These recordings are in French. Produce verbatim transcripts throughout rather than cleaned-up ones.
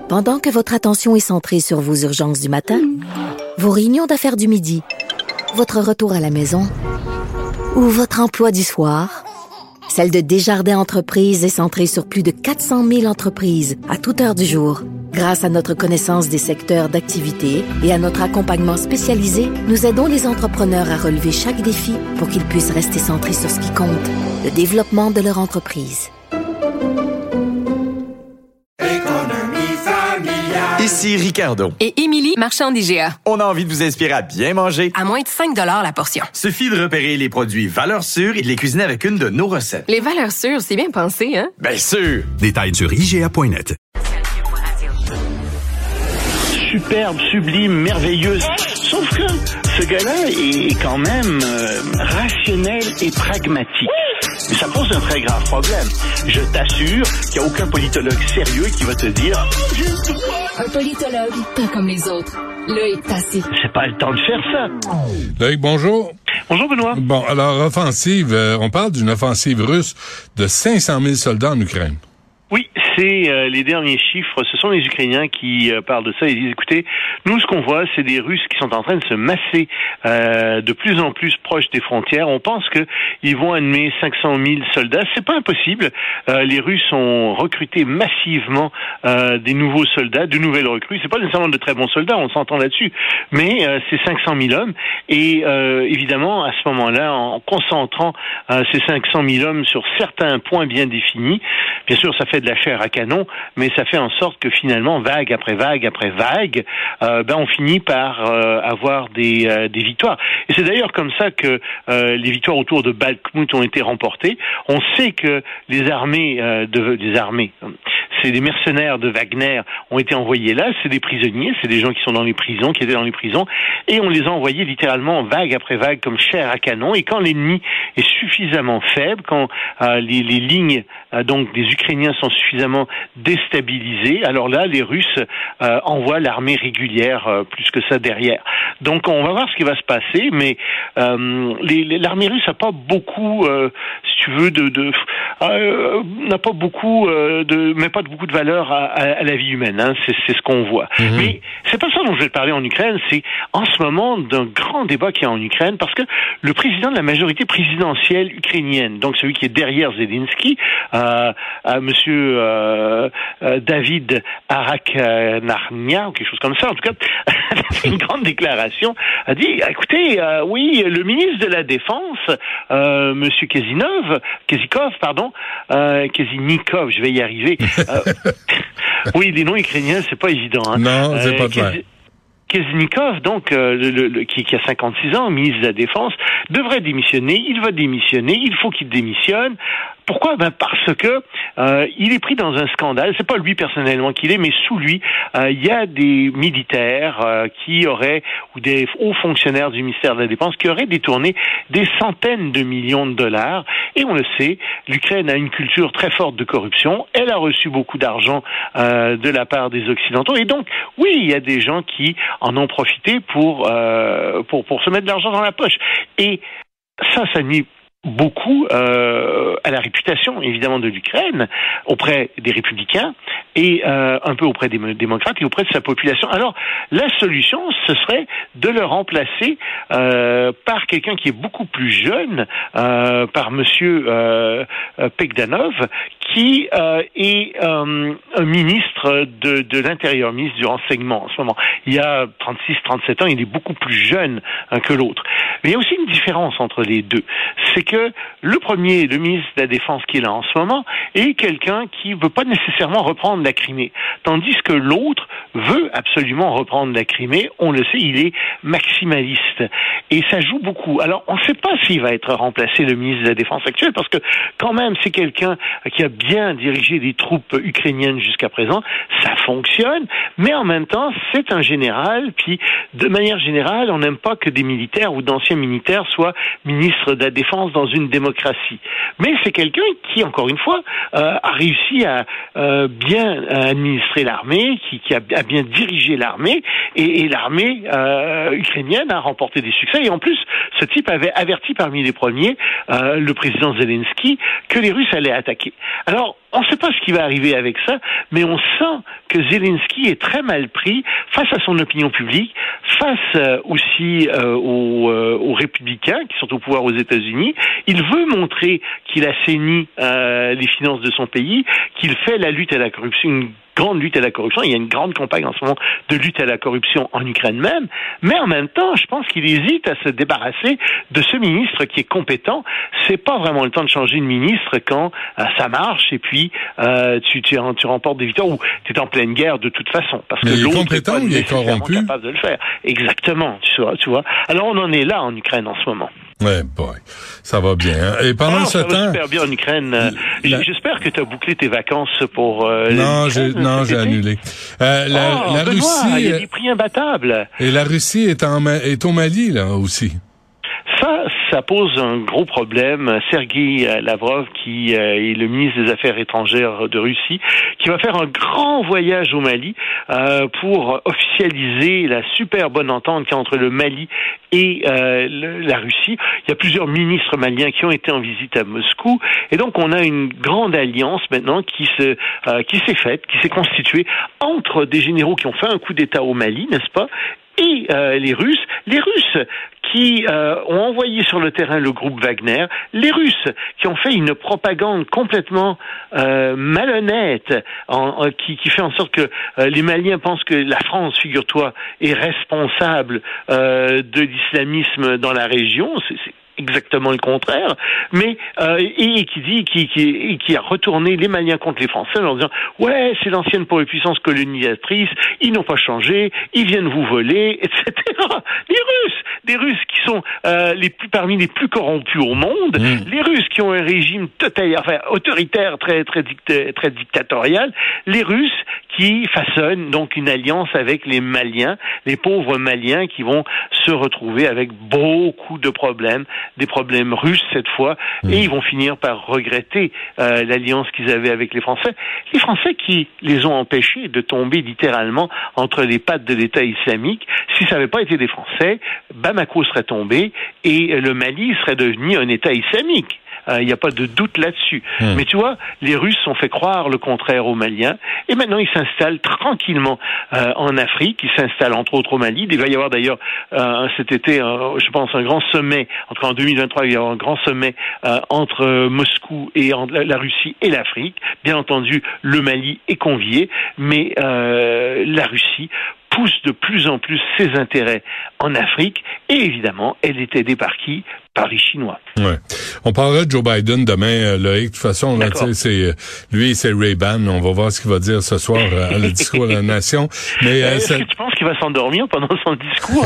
Pendant que votre attention est centrée sur vos urgences du matin, vos réunions d'affaires du midi, votre retour à la maison ou votre emploi du soir, celle de Desjardins Entreprises est centrée sur plus de quatre cent mille entreprises à toute heure du jour. Grâce à notre connaissance des secteurs d'activité et à notre accompagnement spécialisé, nous aidons les entrepreneurs à relever chaque défi pour qu'ils puissent rester centrés sur ce qui compte, le développement de leur entreprise. Ici Ricardo. Et Émilie, marchand d'I G A. On a envie de vous inspirer à bien manger. À moins de cinq dollars la portion. Suffit de repérer les produits valeurs sûres et de les cuisiner avec une de nos recettes. Les valeurs sûres, c'est bien pensé, hein? Bien sûr! Détails sur I G A point net. Superbe, sublime, merveilleuse. Sauf que ce gars-là est quand même euh, rationnel et pragmatique. Mais ça pose un très grave problème. Je t'assure qu'il n'y a aucun politologue sérieux qui va te dire « Un politologue, pas comme les autres. Loïc Tassi. » C'est pas le temps de faire ça. Loïc, bonjour. Bonjour Benoît. Bon, alors, offensive, euh, on parle d'une offensive russe de cinq cent mille soldats en Ukraine. Oui, c'est euh, les derniers chiffres. Ce sont les Ukrainiens qui euh, parlent de ça. Ils disent, écoutez, nous, ce qu'on voit, c'est des Russes qui sont en train de se masser euh, de plus en plus proches des frontières. On pense qu'ils vont amener cinq cent mille soldats. C'est pas impossible. Euh, les Russes ont recruté massivement euh, des nouveaux soldats, de nouvelles recrues. C'est pas nécessairement de très bons soldats, on s'entend là-dessus. Mais euh, c'est cinq cent mille hommes. Et euh, évidemment, à ce moment-là, en concentrant euh, ces cinq cent mille hommes sur certains points bien définis, bien sûr, ça fait de la chair à canon, mais ça fait en sorte que finalement, vague après vague après vague, euh, ben on finit par euh, avoir des, euh, des victoires. Et c'est d'ailleurs comme ça que euh, les victoires autour de Bakhmut ont été remportées. On sait que les armées, euh, de, des armées, c'est des mercenaires de Wagner ont été envoyés là, c'est des prisonniers, c'est des gens qui sont dans les prisons, qui étaient dans les prisons, et on les a envoyés littéralement vague après vague comme chair à canon. Et quand l'ennemi est suffisamment faible, quand euh, les, les lignes euh, donc des Ukrainiens sont suffisamment déstabilisés, alors là, les Russes euh, envoient l'armée régulière euh, plus que ça derrière. Donc, on va voir ce qui va se passer, mais euh, les, les, l'armée russe n'a pas beaucoup, euh, si tu veux, de, de euh, n'a pas beaucoup euh, de, mais pas beaucoup de valeur à, à, à la vie humaine. Hein, c'est, c'est ce qu'on voit. Mm-hmm. Mais c'est pas ça dont je vais te parler en Ukraine. C'est en ce moment d'un grand débat qu'il y a en Ukraine, parce que le président de la majorité présidentielle ukrainienne, donc celui qui est derrière Zelensky, euh, euh, Monsieur euh, euh, David Araknarnia ou quelque chose comme ça, en tout cas, a fait une grande déclaration, a dit, écoutez, euh, oui, le ministre de la Défense, euh, Monsieur Kezinov, Kezikov, pardon, euh, Kezinikov, je vais y arriver. Euh, oui, les noms ukrainiens, c'est pas évident. Hein. Non, c'est euh, pas clair. Keznikov, donc euh, le, le, le, qui, qui a cinquante-six ans, ministre de la Défense, devrait démissionner. Il va démissionner. Il faut qu'il démissionne. Pourquoi? Ben parce que euh, il est pris dans un scandale. C'est pas lui personnellement qu'il est, mais sous lui, euh, il y a des militaires euh, qui auraient, ou des hauts fonctionnaires du ministère de la Défense, qui auraient détourné des centaines de millions de dollars. Et on le sait, l'Ukraine a une culture très forte de corruption. Elle a reçu beaucoup d'argent euh, de la part des Occidentaux. Et donc, oui, il y a des gens qui en ont profité pour euh, pour pour se mettre de l'argent dans la poche. Et ça, ça nuit beaucoup euh, à la réputation, évidemment, de l'Ukraine, auprès des républicains et euh, un peu auprès des démocrates et auprès de sa population. Alors, la solution, ce serait de le remplacer euh, par quelqu'un qui est beaucoup plus jeune, euh, par Monsieur euh, Pekdanov, qui euh, est euh, un ministre de, de l'Intérieur, ministre du Renseignement en ce moment. Il a trente-six, trente-sept ans, il est beaucoup plus jeune hein, que l'autre. Mais il y a aussi une différence entre les deux. C'est que le premier, le ministre de la Défense qui est là en ce moment, est quelqu'un qui veut pas nécessairement reprendre la Crimée. Tandis que l'autre veut absolument reprendre la Crimée. On le sait, il est maximaliste. Et ça joue beaucoup. Alors, on ne sait pas s'il va être remplacé, le ministre de la Défense actuel, parce que quand même, c'est quelqu'un qui a bien dirigé des troupes ukrainiennes jusqu'à présent. Ça fonctionne. Mais en même temps, c'est un général. Puis, de manière générale, on n'aime pas que des militaires ou d'anciens militaires soient ministres de la Défense dans une démocratie. Mais c'est quelqu'un qui, encore une fois, euh, a réussi à euh, bien administrer l'armée, qui, qui a, a bien dirigé l'armée, et, et l'armée euh, ukrainienne a remporté des succès. Et en plus, ce type avait averti parmi les premiers euh, le président Zelensky que les Russes allaient attaquer. Alors, On ne sait pas ce qui va arriver avec ça, mais on sent que Zelensky est très mal pris face à son opinion publique, face euh, aussi euh, aux, euh, aux républicains qui sont au pouvoir aux États-Unis. Il veut montrer qu'il assainit euh, les finances de son pays, qu'il fait la lutte à la corruption, une grande lutte à la corruption. Il y a une grande campagne en ce moment de lutte à la corruption en Ukraine même. Mais en même temps, je pense qu'il hésite à se débarrasser de ce ministre qui est compétent. C'est pas vraiment le temps de changer de ministre quand euh, ça marche et puis euh, tu, tu, tu remportes des victoires ou tu es en pleine guerre de toute façon. Parce mais que il est l'autre compétent n'est pas ou il est nécessairement corrompu? capable de le faire. Exactement, tu vois, tu vois. Alors on en est là en Ukraine en ce moment. Ouais, boy, ça va bien. Hein? Et pendant ah, ce ça temps, va super bien en Ukraine. Euh, la... J'espère que tu as bouclé tes vacances pour. Euh, non, j'ai non, j'ai annulé. Euh, la, oh, la Benoît, Russie. Il y a des prix imbattables. Et la Russie est en est au Mali là aussi. Ça, ça pose un gros problème. Sergueï Lavrov, qui est le ministre des Affaires étrangères de Russie, qui va faire un grand voyage au Mali euh, pour officialiser la super bonne entente qu'il y a entre le Mali et euh, le, la Russie. Il y a plusieurs ministres maliens qui ont été en visite à Moscou, et donc on a une grande alliance maintenant qui se euh, qui s'est faite, qui s'est constituée entre des généraux qui ont fait un coup d'État au Mali, n'est-ce pas, et euh, les Russes, les Russes qui euh, ont envoyé sur le terrain le groupe Wagner, les Russes qui ont fait une propagande complètement euh, malhonnête, en, en, qui, qui fait en sorte que euh, les Maliens pensent que la France, figure-toi, est responsable euh, de l'islamisme dans la région. C'est, c'est exactement le contraire, mais euh, et, et qui dit qui qui et qui a retourné les Maliens contre les Français en leur disant ouais, c'est l'ancienne puissance colonisatrice, ils n'ont pas changé, ils viennent vous voler, et cetera. Les Russes, des Russes qui sont euh, les plus parmi les plus corrompus au monde, mmh. les Russes qui ont un régime totalitaire, enfin autoritaire, très très dict- très dictatorial, les Russes qui façonnent donc une alliance avec les Maliens, les pauvres Maliens qui vont se retrouver avec beaucoup de problèmes, des problèmes russes cette fois, mmh. et ils vont finir par regretter euh, l'alliance qu'ils avaient avec les Français. Les Français qui les ont empêchés de tomber littéralement entre les pattes de l'État islamique. Si ça n'avait pas été des Français, Bamako serait tombé et le Mali serait devenu un État islamique. Il euh, n'y a pas de doute là-dessus. Mmh. Mais tu vois, les Russes ont fait croire le contraire aux Maliens, et maintenant ils s'installent tranquillement euh, en Afrique, ils s'installent entre autres au Mali. Il va y avoir d'ailleurs euh, cet été, euh, je pense, un grand sommet, en tout cas en deux mille vingt-trois, il va y avoir un grand sommet euh, entre euh, Moscou et en, la, la Russie et l'Afrique. Bien entendu, le Mali est convié, mais euh, la Russie pousse de plus en plus ses intérêts en Afrique, et évidemment, elle est aidée par qui? Par les Chinois. Ouais. On parlera de Joe Biden demain, euh, Loïc. De toute façon, là, c'est lui, c'est Ray-Ban. On va voir ce qu'il va dire ce soir euh, à le discours de la nation. Mais euh, est-ce que tu penses qu'il va s'endormir pendant son discours?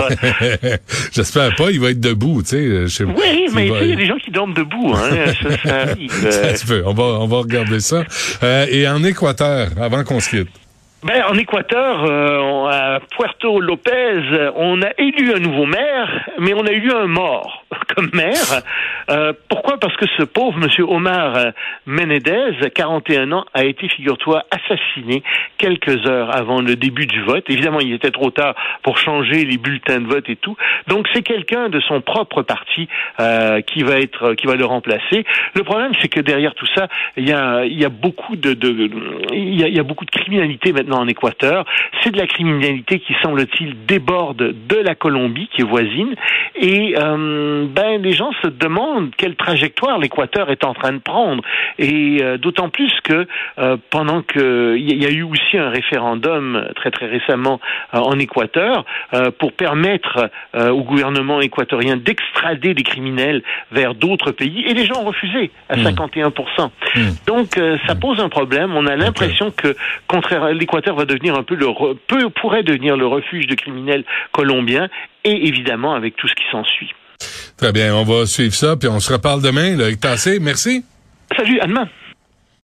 J'espère pas. Il va être debout, tu sais. Je sais, oui, mais va... il y a des gens qui dorment debout. Hein, ça, ça arrive. Ça se peut. On va, on va regarder ça. Euh, et en Équateur, avant qu'on se quitte. Ben, en Équateur, euh, à Puerto Lopez, on a élu un nouveau maire, mais on a élu un mort comme maire. Euh, pourquoi? Parce que ce pauvre monsieur Omar Menendez, quarante et un ans, a été, figure-toi, assassiné quelques heures avant le début du vote. Évidemment, il était trop tard pour changer les bulletins de vote et tout. Donc, c'est quelqu'un de son propre parti euh, qui va être, qui va le remplacer. Le problème, c'est que derrière tout ça, il y a, il y a beaucoup de, de il y a, il y a beaucoup de criminalité maintenant en Équateur. C'est de la criminalité qui, semble-t-il, déborde de la Colombie, qui est voisine, et euh, ben les gens se demandent quelle trajectoire l'Équateur est en train de prendre, et euh, d'autant plus que euh, pendant que il y a eu aussi un référendum très très récemment euh, en Équateur euh, pour permettre euh, au gouvernement équatorien d'extrader des criminels vers d'autres pays, et les gens ont refusé à mmh. cinquante et un pour cent. Mmh. Donc euh, ça pose un problème. On a l'impression okay. que contraire, l'Équateur va devenir un peu le re, peut, pourrait devenir le refuge de criminels colombiens, et évidemment avec tout ce qui s'ensuit. Très bien, on va suivre ça, puis on se reparle demain, Loïc Tassé. Merci. Salut, à demain.